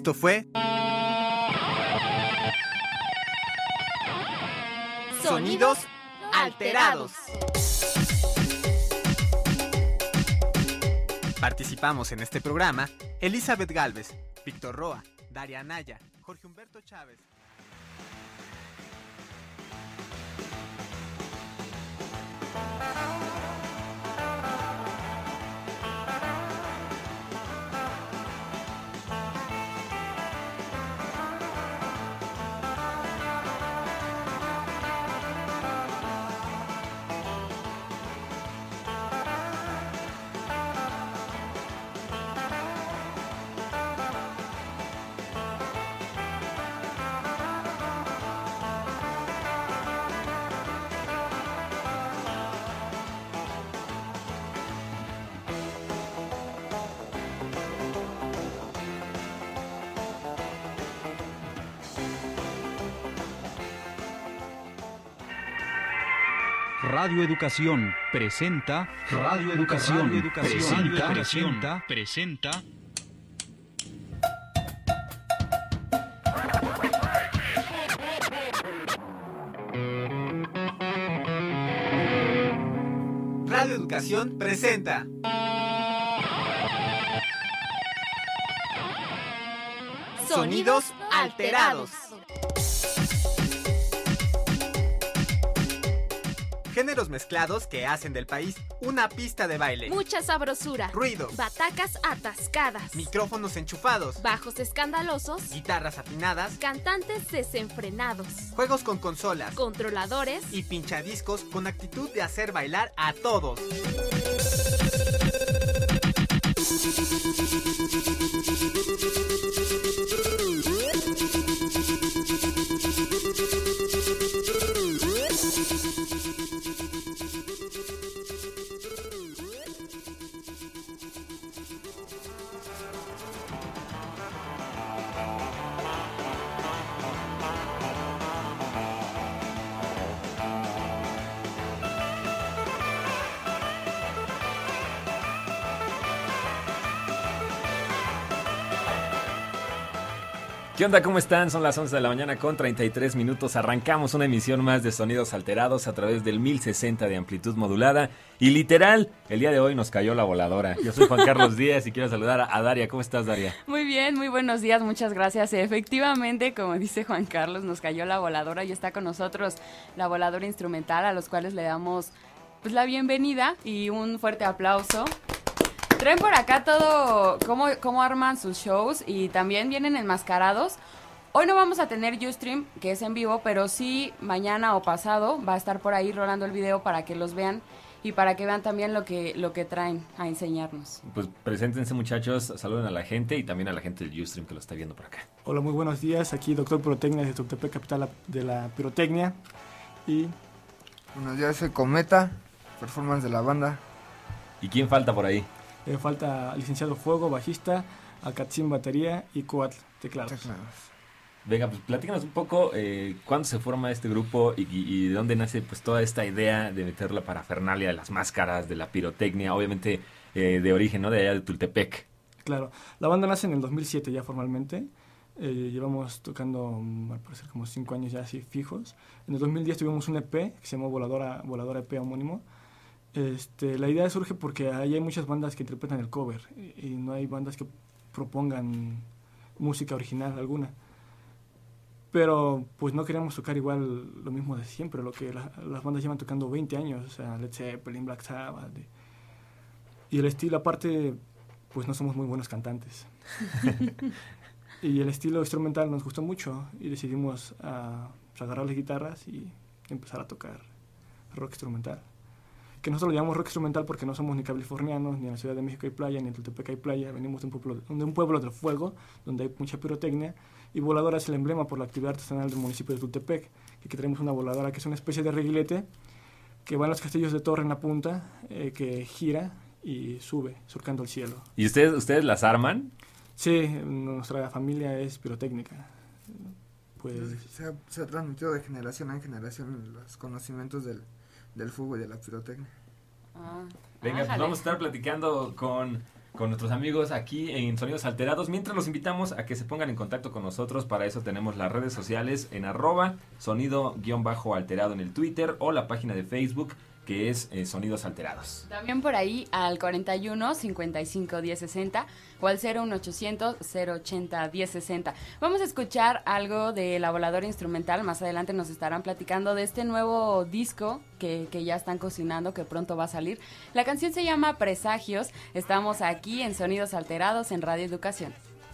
Esto fue Sonidos Alterados. Participamos en este programa Elizabeth Gálvez, Víctor Roa, Daria Anaya, Jorge Humberto Chávez. Radio Educación presenta. Radio Educación presenta. Radio Educación presenta Sonidos Alterados. Géneros mezclados que hacen del país una pista de baile. Mucha sabrosura. Ruido. Batacas atascadas. Micrófonos enchufados. Bajos escandalosos. Guitarras afinadas. Cantantes desenfrenados. Juegos con consolas. Controladores. Y pinchadiscos con actitud de hacer bailar a todos. ¿Qué onda? ¿Cómo están? Son las 11 de la mañana con 33 minutos. Arrancamos una emisión más de Sonidos Alterados a través del 1060 de amplitud modulada. Y literal, el día de hoy nos cayó la voladora. Yo soy Juan Carlos Díaz y quiero saludar a Daria. ¿Cómo estás, Daria? Muy bien, muy buenos días, muchas gracias. Efectivamente, como dice Juan Carlos, nos cayó la voladora y está con nosotros la voladora instrumental, a los cuales le damos pues la bienvenida y un fuerte aplauso. Traen por acá todo, cómo arman sus shows y también vienen enmascarados. Hoy no vamos a tener Ustream, que es en vivo, pero sí mañana o pasado va a estar por ahí rolando el video para que los vean y para que vean también lo que traen a enseñarnos. Pues preséntense, muchachos, saluden a la gente y también a la gente del Ustream que lo está viendo por acá. Hola, muy buenos días, aquí Doctor Pirotecnia de Tultepec, capital de la pirotecnia. Y buenos días, soy Cometa, performance de la banda. ¿Y quién falta por ahí? Falta Licenciado Fuego, bajista, Acatzin, batería y Coatl, teclados. Venga, pues platícanos un poco cuándo se forma este grupo y de dónde nace pues toda esta idea de meter la parafernalia de las máscaras, de la pirotecnia, obviamente de origen, ¿no? De allá de Tultepec. Claro, la banda nace en el 2007 ya formalmente. Llevamos tocando, al parecer, como 5 años ya así fijos. En el 2010 tuvimos un EP que se llamó Voladora EP homónimo. La idea surge porque ahí hay muchas bandas que interpretan el cover y no hay bandas que propongan música original alguna. Pero pues no queríamos tocar igual lo mismo de siempre, lo que las bandas llevan tocando 20 años, o sea, Led Zeppelin, Black Sabbath. Y el estilo, aparte, pues no somos muy buenos cantantes. Y el estilo instrumental nos gustó mucho y decidimos agarrar las guitarras y empezar a tocar rock instrumental. Que nosotros lo llamamos rock instrumental porque no somos ni californianos, ni en la Ciudad de México hay playa, ni en Tultepec hay playa. Venimos de un pueblo de fuego, donde hay mucha pirotecnia, y voladora es el emblema por la actividad artesanal del municipio de Tultepec, que tenemos una voladora que es una especie de reguilete que va en los castillos de torre en la punta, que gira y sube, surcando el cielo. ¿Y ustedes las arman? Sí, nuestra familia es pirotécnica. Pues se ha transmitido de generación en generación los conocimientos del fuego y de la pirotecnia. Venga, pues vamos a estar platicando con con nuestros amigos aquí en Sonidos Alterados, mientras los invitamos a que se pongan en contacto con nosotros. Para eso tenemos las redes sociales en @sonido_alterado en el Twitter, o la página de Facebook, que es Sonidos Alterados. También por ahí al 41 55 10 60 o al 01800 080 10 60. Vamos a escuchar algo de La Voladora Instrumental. Más adelante nos estarán platicando de este nuevo disco que ya están cocinando, que pronto va a salir. La canción se llama Presagios. Estamos aquí en Sonidos Alterados en Radio Educación.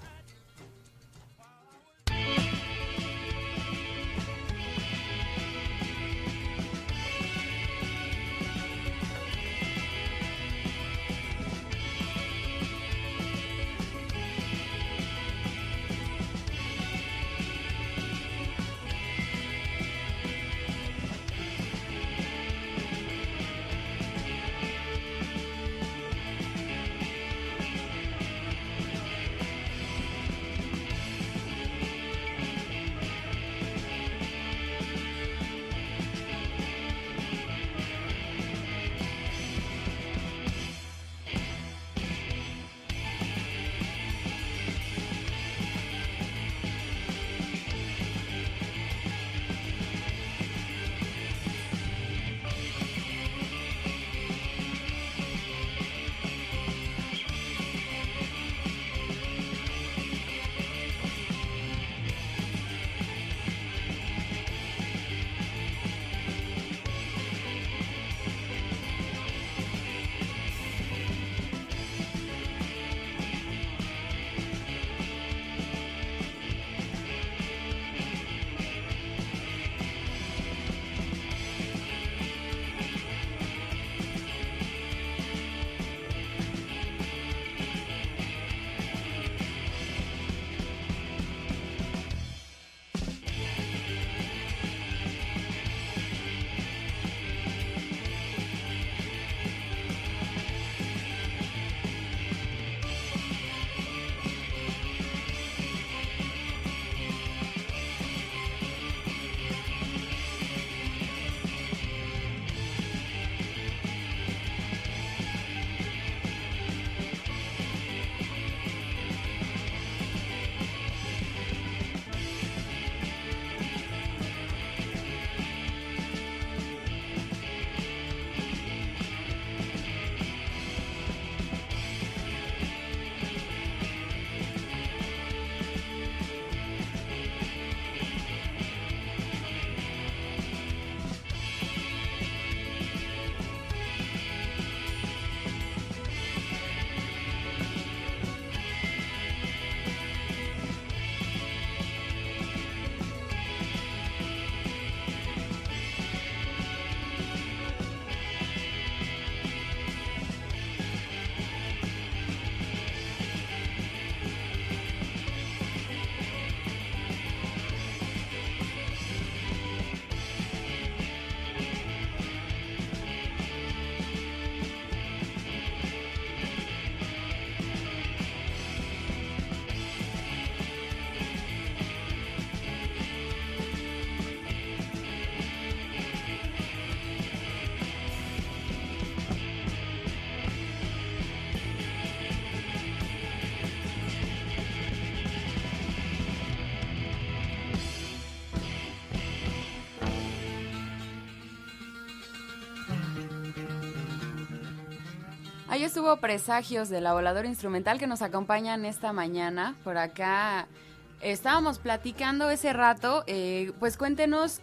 Ahí estuvo Presagios de La Voladora Instrumental, que nos acompañan esta mañana. Por acá estábamos platicando ese rato. Pues cuéntenos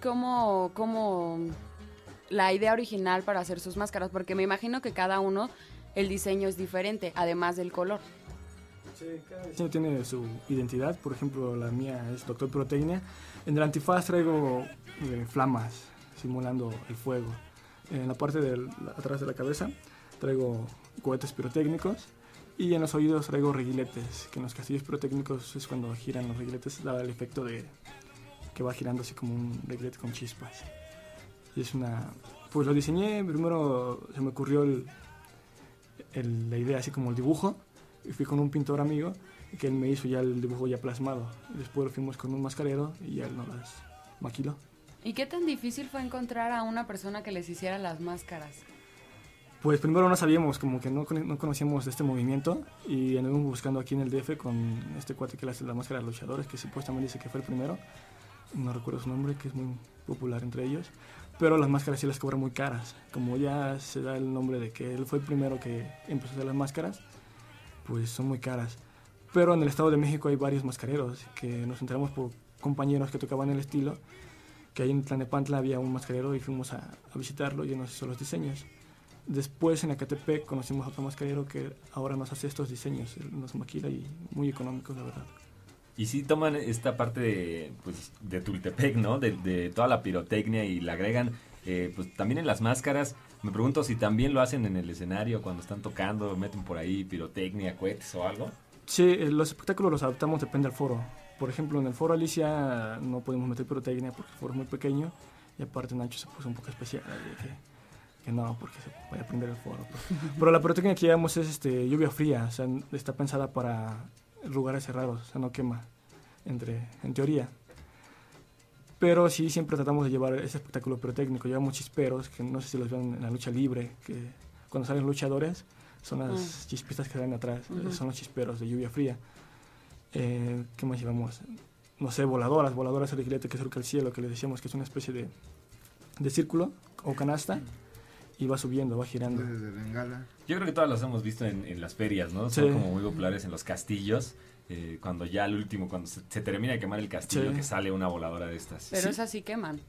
cómo la idea original para hacer sus máscaras, porque me imagino que cada uno, el diseño es diferente, además del color. Sí, cada diseño tiene su identidad. Por ejemplo, la mía es Doctor Pirotecnia. En el antifaz traigo flamas simulando el fuego. En la parte atrás de la cabeza traigo cohetes pirotécnicos, y en los oídos traigo reguiletes, que en los castillos pirotécnicos es cuando giran los reguiletes, da el efecto de que va girando así como un reguilete con chispas. Y es pues lo diseñé, primero se me ocurrió la idea así como el dibujo, y fui con un pintor amigo que él me hizo ya el dibujo ya plasmado. Y después lo fuimos con un mascarero y ya él nos las maquiló. ¿Y qué tan difícil fue encontrar a una persona que les hiciera las máscaras? Pues primero no sabíamos, como que no conocíamos de este movimiento y anduvimos buscando aquí en el DF con este cuate que le hace la máscara a los luchadores, que supuestamente dice que fue el primero, no recuerdo su nombre, que es muy popular entre ellos, pero las máscaras sí las cobran muy caras, como ya se da el nombre de que él fue el primero que empezó a hacer las máscaras, pues son muy caras. Pero en el Estado de México hay varios mascareros que nos enteramos por compañeros que tocaban el estilo, que ahí en Tlalnepantla había un mascarero y fuimos a visitarlo y él nos hizo los diseños. Después en Ecatepec conocimos a otro mascarero que ahora nos hace estos diseños, nos maquila y muy económicos, la verdad. Y sí toman esta parte de Tultepec, ¿no? De toda la pirotecnia y la agregan pues también en las máscaras. Me pregunto si también lo hacen en el escenario cuando están tocando, meten por ahí pirotecnia, cohetes o algo. Sí, los espectáculos los adaptamos, depende del foro. Por ejemplo, en el foro Alicia no podemos meter pirotecnia porque el foro es muy pequeño y aparte Nacho se puso un poco especial, que no, porque se vaya a prender el foro. Pero la pirotecnia que llevamos es lluvia fría, o sea, está pensada para lugares cerrados, o sea, no quema, en teoría. Pero sí, siempre tratamos de llevar ese espectáculo pirotécnico. Llevamos chisperos, que no sé si los ven en la lucha libre, que cuando salen luchadores son las chispitas que salen atrás, son los chisperos de lluvia fría. ¿Qué más llevamos? No sé, voladoras el reguilete que surca el cielo, que les decíamos que es una especie de círculo o canasta, y va subiendo, va girando. De bengala. Yo creo que todas las hemos visto en las ferias, ¿no? Son como muy populares en los castillos. Cuando ya al último, cuando se termina de quemar el castillo, que sale una voladora de estas. Pero esas sí queman.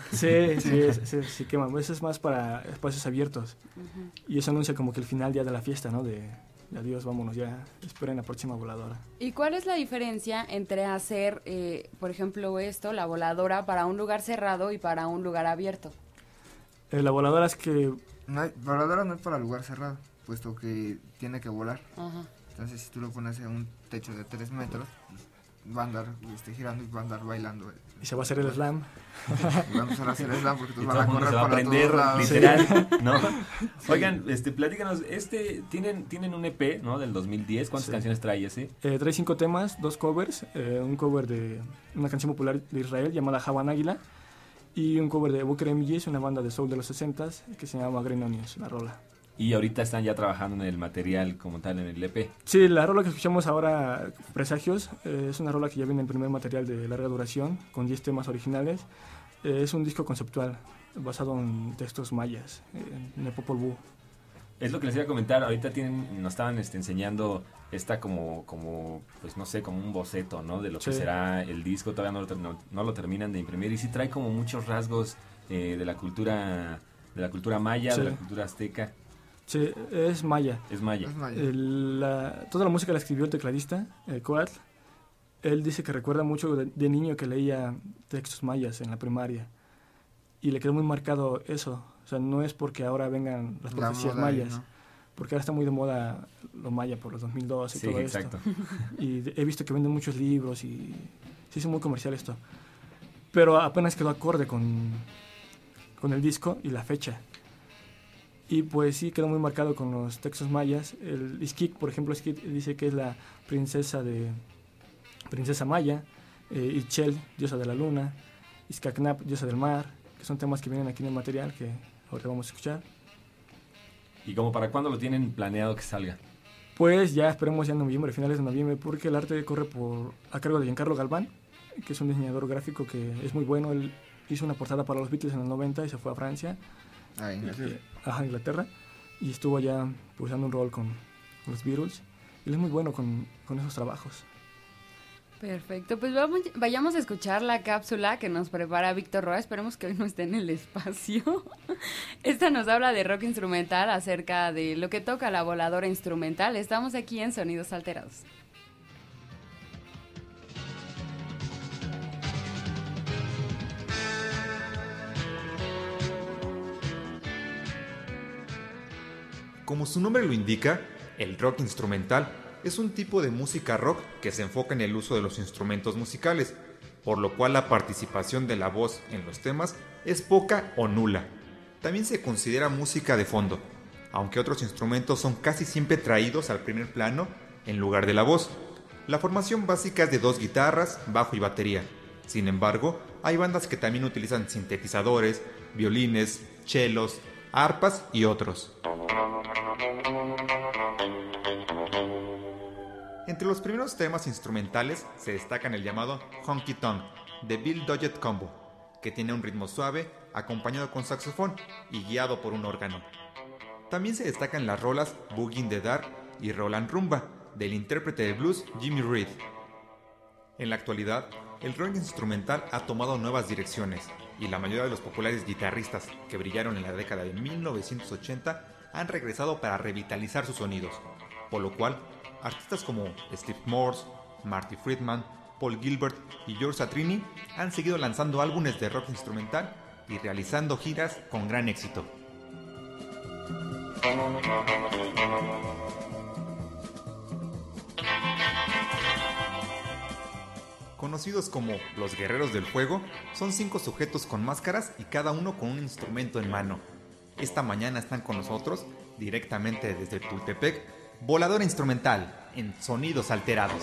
Sí queman. Eso es más para espacios abiertos. Y eso anuncia como que el final ya de la fiesta, ¿no? De adiós, vámonos, ya esperen la próxima voladora. ¿Y cuál es la diferencia entre hacer, por ejemplo, la voladora para un lugar cerrado y para un lugar abierto? La voladora es que... Voladora no es para lugar cerrado, puesto que tiene que volar. Ajá. Entonces, si tú lo pones en un techo de 3 metros, pues, va a andar girando y va a andar bailando. Y se va a hacer el slam. Y va a empezar a hacer el slam porque tú Y vas todo a el mundo correr se va a para aprender, todos lados. literal, ¿no? Sí. Oigan, platícanos, tienen un EP, ¿no? Del 2010. ¿Cuántas canciones trae ese? Trae 5 temas, 2 covers. Un cover de una canción popular de Israel llamada Javan Águila. Y un cover de Booker MGs, una banda de soul de los 60s que se llama Green Onions, la rola. Y ahorita están ya trabajando en el material como tal, en el EP. Sí, la rola que escuchamos ahora, Presagios, es una rola que ya viene en primer material de larga duración, con 10 temas originales. Es un disco conceptual, basado en textos mayas, en el Popol Vuh. Es lo que les iba a comentar, ahorita nos estaban enseñando como, pues no sé, como un boceto, ¿no? De lo que será el disco, todavía no lo terminan de imprimir, y sí trae como muchos rasgos de la cultura maya, de la cultura azteca. Sí, es maya. Es maya. Toda la música la escribió el tecladista, Coatl. Él dice que recuerda mucho de niño que leía textos mayas en la primaria. Y le quedó muy marcado eso. O sea, no es porque ahora vengan las profecías mayas. ¿No? Porque ahora está muy de moda lo maya por los 2002 y todo exacto. esto. Y he visto que venden muchos libros y se hizo muy comercial esto. Pero apenas quedó acorde con el disco y la fecha. Y pues sí, quedó muy marcado con los textos mayas. El Ixquic, por ejemplo, Ixquic dice que es la princesa maya. Ixchel, diosa de la luna. Ixcacnap, diosa del mar. Que son temas que vienen aquí en el material que ahorita vamos a escuchar. ¿Y como para cuándo lo tienen planeado que salga? Pues ya esperemos ya en noviembre, finales de noviembre, porque el arte corre a cargo de Giancarlo Galván, que es un diseñador gráfico que es muy bueno. Él hizo una portada para los Beatles en el 90 y se fue a Francia. Inglaterra, y estuvo allá pues dando un rol con los Beatles. Él es muy bueno con esos trabajos. Perfecto, pues vayamos a escuchar la cápsula que nos prepara Víctor Roa. Esperemos que hoy no esté en el espacio. Esta nos habla de rock instrumental, acerca de lo que toca la voladora instrumental. Estamos aquí en Sonidos Alterados. Como su nombre lo indica, el rock instrumental es un tipo de música rock que se enfoca en el uso de los instrumentos musicales, por lo cual la participación de la voz en los temas es poca o nula. También se considera música de fondo, aunque otros instrumentos son casi siempre traídos al primer plano en lugar de la voz. La formación básica es de 2 guitarras, bajo y batería. Sin embargo, hay bandas que también utilizan sintetizadores, violines, chelos, arpas y otros. Entre los primeros temas instrumentales se destacan el llamado Honky Tonk de Bill Doggett Combo, que tiene un ritmo suave acompañado con saxofón y guiado por un órgano. También se destacan las rolas Boogie in the Dark y Roland Rumba del intérprete de blues Jimmy Reed. En la actualidad, el rock instrumental ha tomado nuevas direcciones y la mayoría de los populares guitarristas que brillaron en la década de 1980 han regresado para revitalizar sus sonidos, por lo cual artistas como Steve Morse, Marty Friedman, Paul Gilbert y George Satriani han seguido lanzando álbumes de rock instrumental y realizando giras con gran éxito. Conocidos como los Guerreros del Fuego, son 5 sujetos con máscaras y cada uno con un instrumento en mano. Esta mañana están con nosotros, directamente desde Tultepec, Voladora Instrumental, en Sonidos Alterados.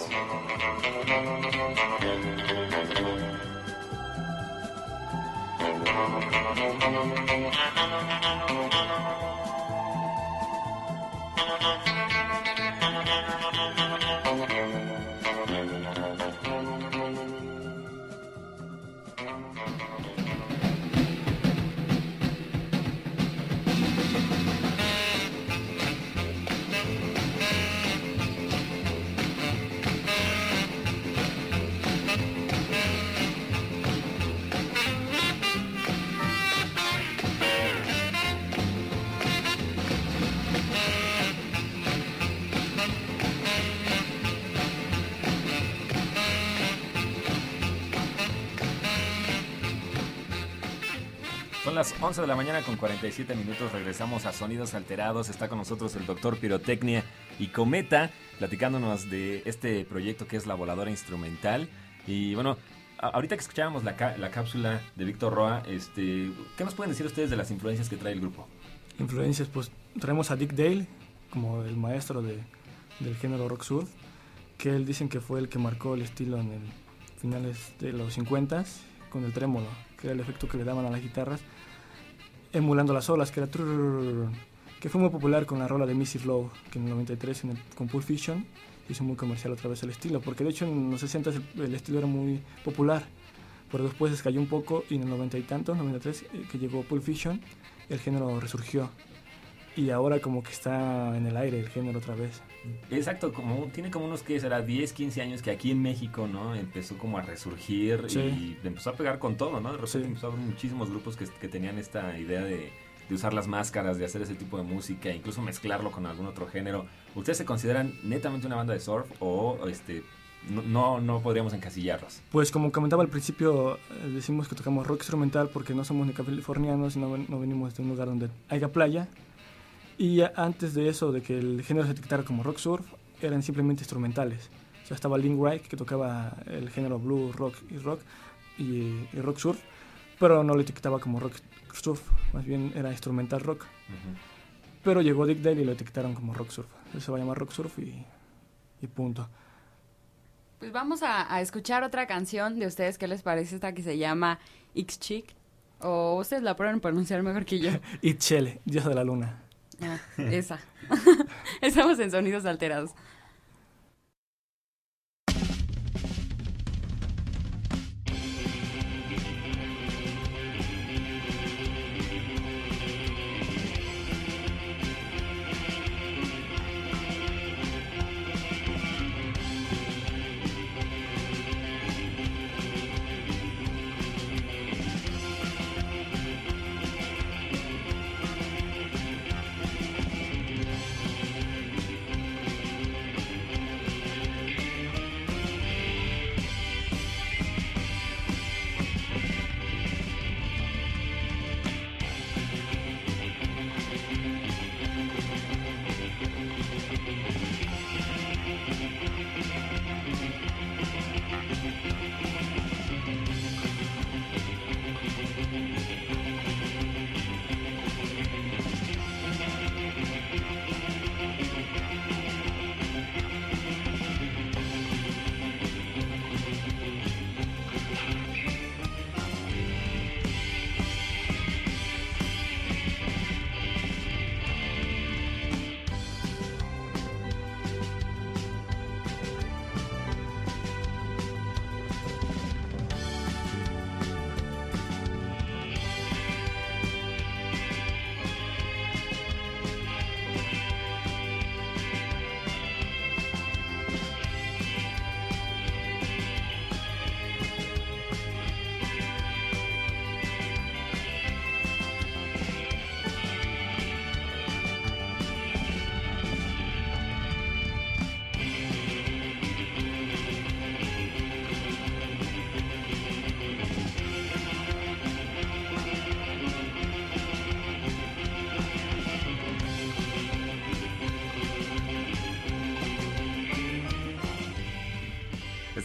Son las 11 de la mañana con 47 minutos, regresamos a Sonidos Alterados. Está con nosotros el doctor Pirotecnia y Cometa, platicándonos de este proyecto que es la Voladora Instrumental. Y bueno, ahorita que escuchábamos la cápsula de Víctor Roa, ¿qué nos pueden decir ustedes de las influencias que trae el grupo? Influencias, pues traemos a Dick Dale como el maestro del género rock surf, que él dicen que fue el que marcó el estilo en finales de los 50s con el trémolo, que era el efecto que le daban a las guitarras, emulando las olas, que era que fue muy popular con la rola de Missy Flow, que en el 93 con Pulp Fiction hizo muy comercial otra vez el estilo, porque de hecho en los 60s el estilo era muy popular, pero después se cayó un poco y en el 90 y tantos, 93, que llegó Pulp Fiction, el género resurgió y ahora como que está en el aire el género otra vez. Exacto, tiene como unos, ¿qué será? 10, 15 años que aquí en México, ¿no? Empezó como a resurgir, sí, y empezó a pegar con todo, ¿no? De repente, sí, empezó a haber muchísimos grupos que tenían esta idea de usar las máscaras, de hacer ese tipo de música, incluso mezclarlo con algún otro género. ¿Ustedes se consideran netamente una banda de surf o no podríamos encasillarlos? Pues como comentaba al principio, decimos que tocamos rock instrumental porque no somos ni californianos, no venimos de un lugar donde haya playa. Y antes de eso, de que el género se etiquetara como rock surf, eran simplemente instrumentales. O sea, estaba Link Wright, que tocaba el género blues, rock y rock surf, pero no lo etiquetaba como rock surf, más bien era instrumental rock. Uh-huh. Pero llegó Dick Dale y lo etiquetaron como rock surf. Eso se va a llamar rock surf y punto. Pues vamos a escuchar otra canción de ustedes. ¿Qué les parece esta que se llama Ix-Chick? O ustedes la pueden pronunciar mejor que yo. Itchele, diosa de la luna. Ah, esa. Estamos en Sonidos Alterados.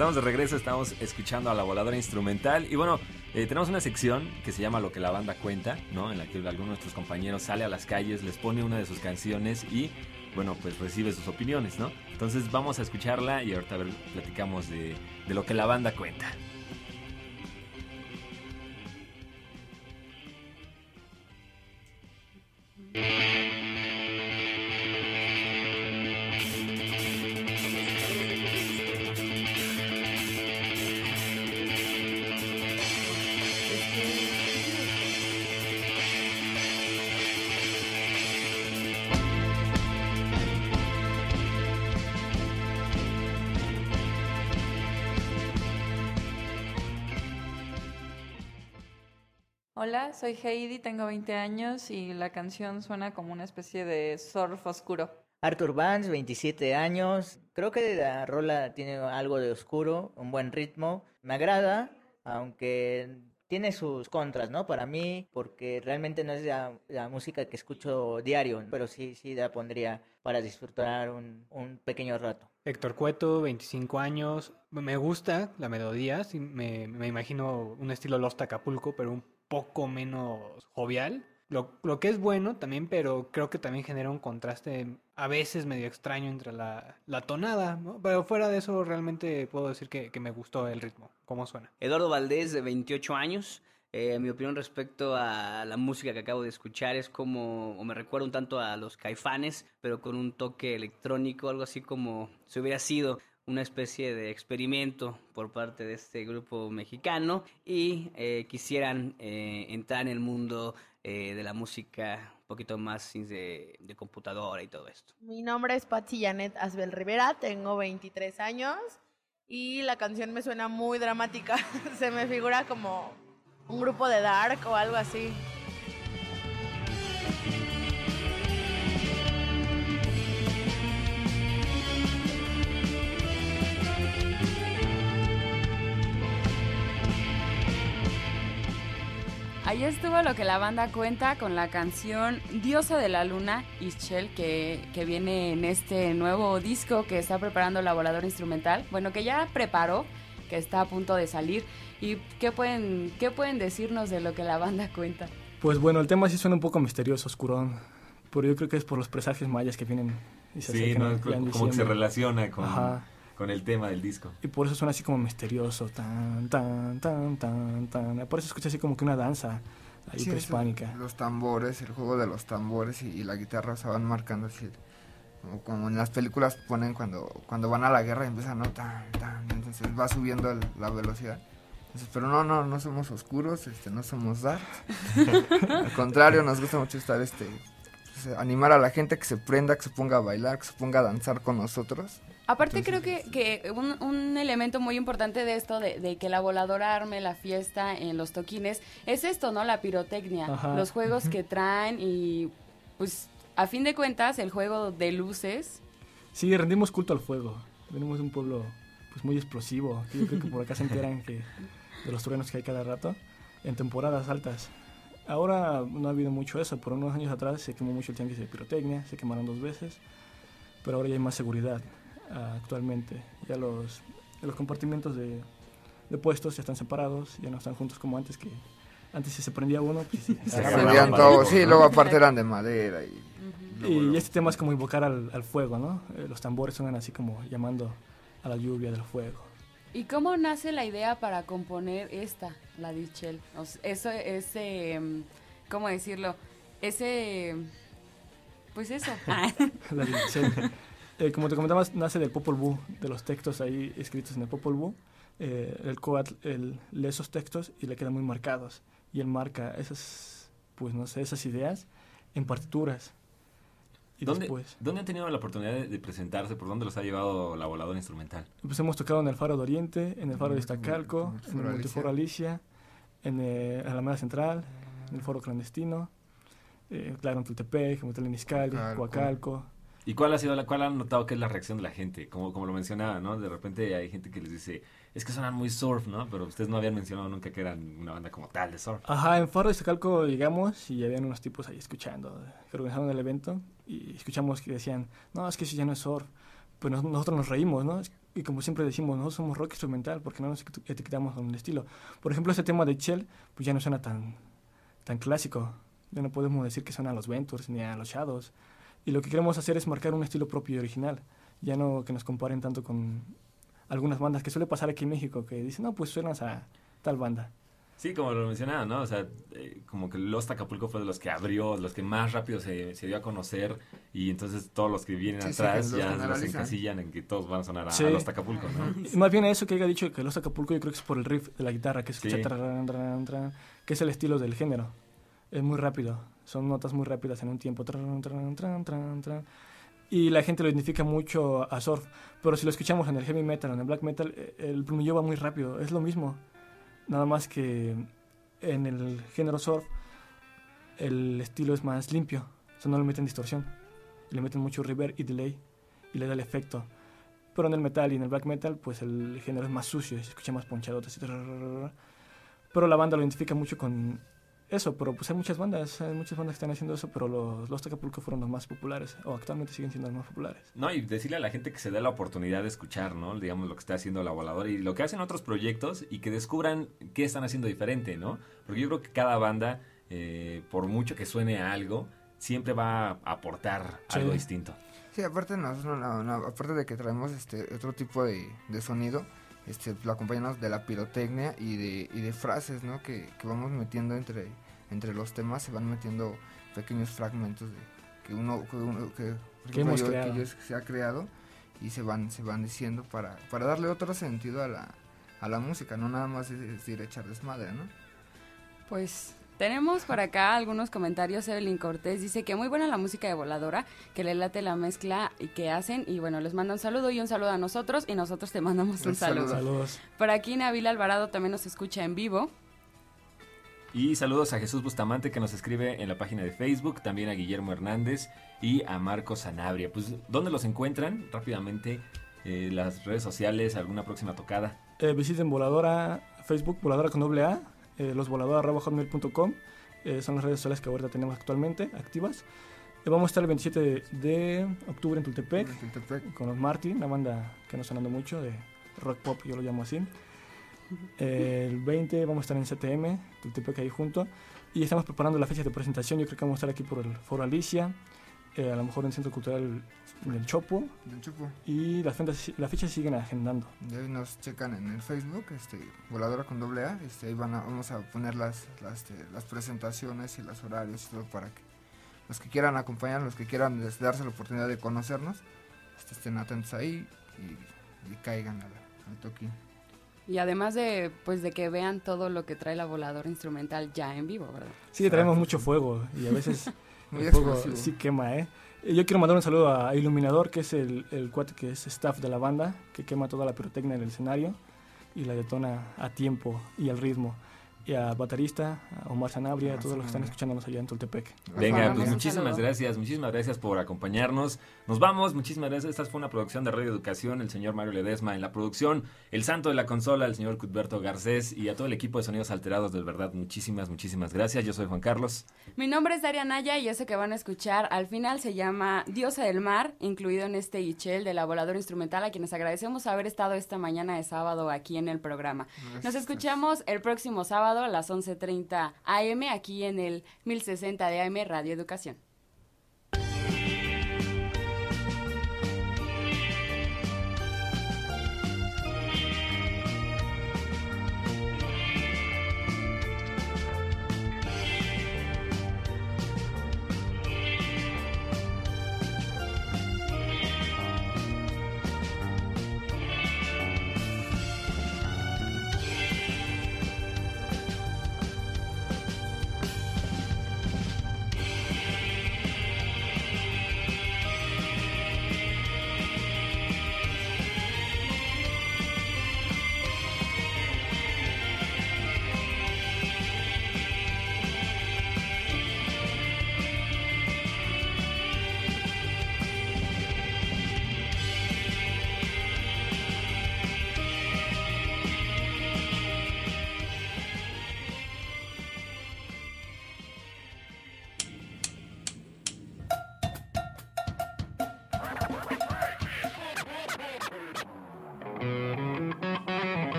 Estamos de regreso, estamos escuchando a La Voladora Instrumental. Y bueno, tenemos una sección que se llama Lo que la banda cuenta, ¿no? En la que alguno de nuestros compañeros sale a las calles, les pone una de sus canciones y, bueno, pues recibe sus opiniones, ¿no? Entonces vamos a escucharla y ahorita platicamos de lo que la banda cuenta. Hola, soy Heidi, tengo 20 años y la canción suena como una especie de surf oscuro. Arthur Vance, 27 años. Creo que la rola tiene algo de oscuro, un buen ritmo. Me agrada, aunque tiene sus contras, ¿no? Para mí, porque realmente no es la música que escucho diario, pero sí la pondría para disfrutar un pequeño rato. Héctor Cueto, 25 años. Me gusta la melodía, sí, me imagino un estilo Lost Acapulco, pero un poco menos jovial. Lo que es bueno también, pero creo que también genera un contraste a veces medio extraño entre la tonada, ¿no? Pero fuera de eso realmente puedo decir que me gustó el ritmo, cómo suena. Eduardo Valdés, de 28 años. Mi opinión respecto a la música que acabo de escuchar es como, o me recuerda un tanto a los Caifanes, pero con un toque electrónico, algo así como si hubiera sido una especie de experimento por parte de este grupo mexicano y quisieran entrar en el mundo de la música un poquito más de computadora y todo esto. Mi nombre es Patsy Janet Asbel Rivera, tengo 23 años y la canción me suena muy dramática. Se me figura como un grupo de dark o algo así. Ahí estuvo lo que la banda cuenta con la canción Diosa de la Luna, Ischel, que viene en este nuevo disco que está preparando la Voladora Instrumental. Bueno, que ya preparó, que está a punto de salir. ¿Y qué pueden decirnos de lo que la banda cuenta? Pues bueno, el tema sí suena un poco misterioso, oscurón, pero yo creo que es por los presagios mayas que vienen y se acercan. Sí, como que se relaciona con el tema del disco. Y por eso suena así como misterioso, tan, tan, tan, tan, tan. Por eso escucha así como que una danza ahí prehispánica. Los tambores, el juego de los tambores y la guitarra se van marcando así, como en las películas ponen cuando van a la guerra y empiezan, ¿no? Tan, tan, entonces va subiendo la velocidad. Entonces, pero no somos oscuros, no somos dark. Al contrario, nos gusta mucho estar, pues, animar a la gente que se prenda, que se ponga a bailar, que se ponga a danzar con nosotros. Aparte, entonces, creo que un elemento muy importante de esto, de que la voladora arme la fiesta en los toquines, es esto, ¿no? La pirotecnia, ajá, los juegos que traen y, pues, a fin de cuentas, el juego de luces. Sí, rendimos culto al fuego. Venimos de un pueblo, pues, muy explosivo. Yo creo que por acá se enteran de los truenos que hay cada rato en temporadas altas. Ahora no ha habido mucho eso, por unos años atrás se quemó mucho el tianguis de pirotecnia, se quemaron 2 veces, pero ahora ya hay más seguridad. Actualmente ya los compartimentos de puestos ya están separados, ya no están juntos como antes, que antes si se prendía uno pues sí, se prendían todos, sí, luego aparte eran de madera y este tema es como invocar al fuego, ¿no? Los tambores suenan así como llamando a la lluvia del fuego. ¿Y cómo nace la idea para componer la Dichel? O sea, ¿cómo decirlo? Pues eso. La Dichel. Como te comentaba, nace del Popol Vuh, de los textos ahí escritos en el Popol Vuh. El Coatl lee esos textos y le quedan muy marcados. Y él marca esas ideas en partituras. Y ¿Dónde han tenido la oportunidad de presentarse? ¿Por dónde los ha llevado la Voladora Instrumental? Pues hemos tocado en el Faro de Oriente, en el Faro de Iztacalco, en el Multiforo Alicia, en Alameda Central, en el Foro Clandestino, claro, en Tultepec, en Motel Izcalli, Coacalco. ¿Y cuál han notado que es la reacción de la gente? Como lo mencionaba, ¿no? De repente hay gente que les dice, es que suenan muy surf, ¿no? Pero ustedes no habían mencionado nunca que eran una banda como tal de surf. Ajá, en Faro de Iztacalco llegamos y habían unos tipos ahí escuchando, que organizaron el evento, y escuchamos que decían, no, es que eso ya no es surf. Pues nosotros nos reímos, ¿no? y como siempre decimos, no somos rock instrumental porque no nos etiquetamos con el estilo. Por ejemplo, este tema de Shell, pues ya no suena tan clásico. Ya no podemos decir que suena a los Ventures ni a los Shadows. Y lo que queremos hacer es marcar un estilo propio y original. Ya no que nos comparen tanto con algunas bandas, que suele pasar aquí en México, que dicen, no, pues suenas a tal banda. Sí, como lo mencionaba, ¿no? O sea, como que Lost Acapulco fue de los que abrió, los que más rápido se dio a conocer, y entonces todos los que vienen atrás ya los encasillan en que todos van a sonar a Lost Acapulco, ¿no? Y más bien eso que haya dicho que Lost Acapulco, yo creo que es por el riff de la guitarra, que se escucha que es el estilo del género. Es muy rápido, son notas muy rápidas en un tiempo. Y la gente lo identifica mucho a surf, pero si lo escuchamos en el heavy metal o en el black metal, el plumillo va muy rápido, es lo mismo. Nada más que en el género surf el estilo es más limpio, o sea, no le meten distorsión, le meten mucho reverb y delay y le da el efecto. Pero en el metal y en el black metal pues el género es más sucio, se escucha más ponchado, pero la banda lo identifica mucho con eso. Pero pues hay muchas bandas que están haciendo eso, pero los Acapulco fueron los más populares, o actualmente siguen siendo los más populares. No, y decirle a la gente que se dé la oportunidad de escuchar, ¿no? Digamos, lo que está haciendo La Voladora y lo que hacen otros proyectos, y que descubran qué están haciendo diferente, ¿no? Porque yo creo que cada banda, por mucho que suene a algo, siempre va a aportar algo distinto. Sí, aparte aparte de que traemos otro tipo de sonido, lo acompañamos de la pirotecnia y de frases, ¿no? Que vamos metiendo entre los temas, se van metiendo pequeños fragmentos que se ha creado, y se van diciendo para darle otro sentido a la música, no nada más es ir a echar desmadre, ¿no? Pues tenemos por acá algunos comentarios. Evelyn Cortés dice que muy buena la música de Voladora, que le late la mezcla y que hacen, y bueno, les manda un saludo y un saludo a nosotros, y nosotros te mandamos un saludo. Saludos. Por aquí Nabil Alvarado también nos escucha en vivo. Y saludos a Jesús Bustamante, que nos escribe en la página de Facebook, también a Guillermo Hernández y a Marcos Sanabria. Pues, ¿dónde los encuentran? Rápidamente, las redes sociales, alguna próxima tocada. Visiten Voladora, Facebook, Voladora con AA, losvoladora@hotmail.com, son las redes sociales que ahorita tenemos actualmente activas. Vamos a estar el 27 de octubre en Tultepec, con los Martin, una banda que nos está sonando mucho, de rock pop, yo lo llamo así. El 20 vamos a estar en CTM, Tultepec, ahí junto, y estamos preparando la fecha de presentación. Yo creo que vamos a estar aquí por el Foro Alicia, a lo mejor en el Centro Cultural del Chopo. Y las fechas siguen agendando. Y ahí nos checan en el Facebook, Voladora con AA, ahí vamos a poner las presentaciones y los horarios y todo, para que los que quieran acompañar, los que quieran darse la oportunidad de conocernos, estén atentos ahí y caigan al toquín. Y además de que vean todo lo que trae La Voladora instrumental ya en vivo, ¿verdad? Sí, traemos mucho fuego, y a veces el fuego sí quema, Yo quiero mandar un saludo a Iluminador, que es el cuate que es staff de la banda, que quema toda la pirotecnia en el escenario y la detona a tiempo y al ritmo. Y a baterista, a Omar Sanabria, a todos los que están escuchándonos allá en Tultepec. Venga, pues muchísimas gracias por acompañarnos. Nos vamos, muchísimas gracias. Esta fue una producción de Radio Educación, el señor Mario Ledesma en la producción, el santo de la consola, el señor Cuthberto Garcés, y a todo el equipo de Sonidos Alterados, de verdad, muchísimas gracias. Yo soy Juan Carlos. Mi nombre es Daria Naya, y eso que van a escuchar al final se llama Diosa del Mar, incluido en este Ichel de La Voladora Instrumental, a quienes agradecemos haber estado esta mañana de sábado aquí en el programa. Nos escuchamos el próximo sábado a las 11:30 AM aquí en el 1060 de AM Radio Educación.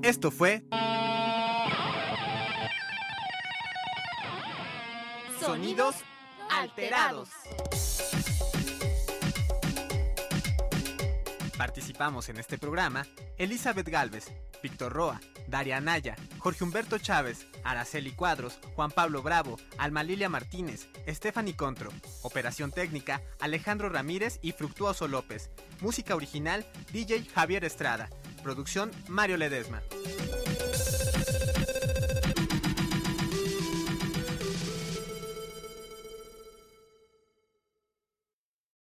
Esto fue Sonidos Alterados. Participamos en este programa Elizabeth Gálvez, Víctor Roa, Daria Anaya, Jorge Humberto Chávez, Araceli Cuadros, Juan Pablo Bravo, Alma Lilia Martínez, Stephanie Contro. Operación técnica, Alejandro Ramírez y Fructuoso López. Música original, DJ Javier Estrada. Producción, Mario Ledesma.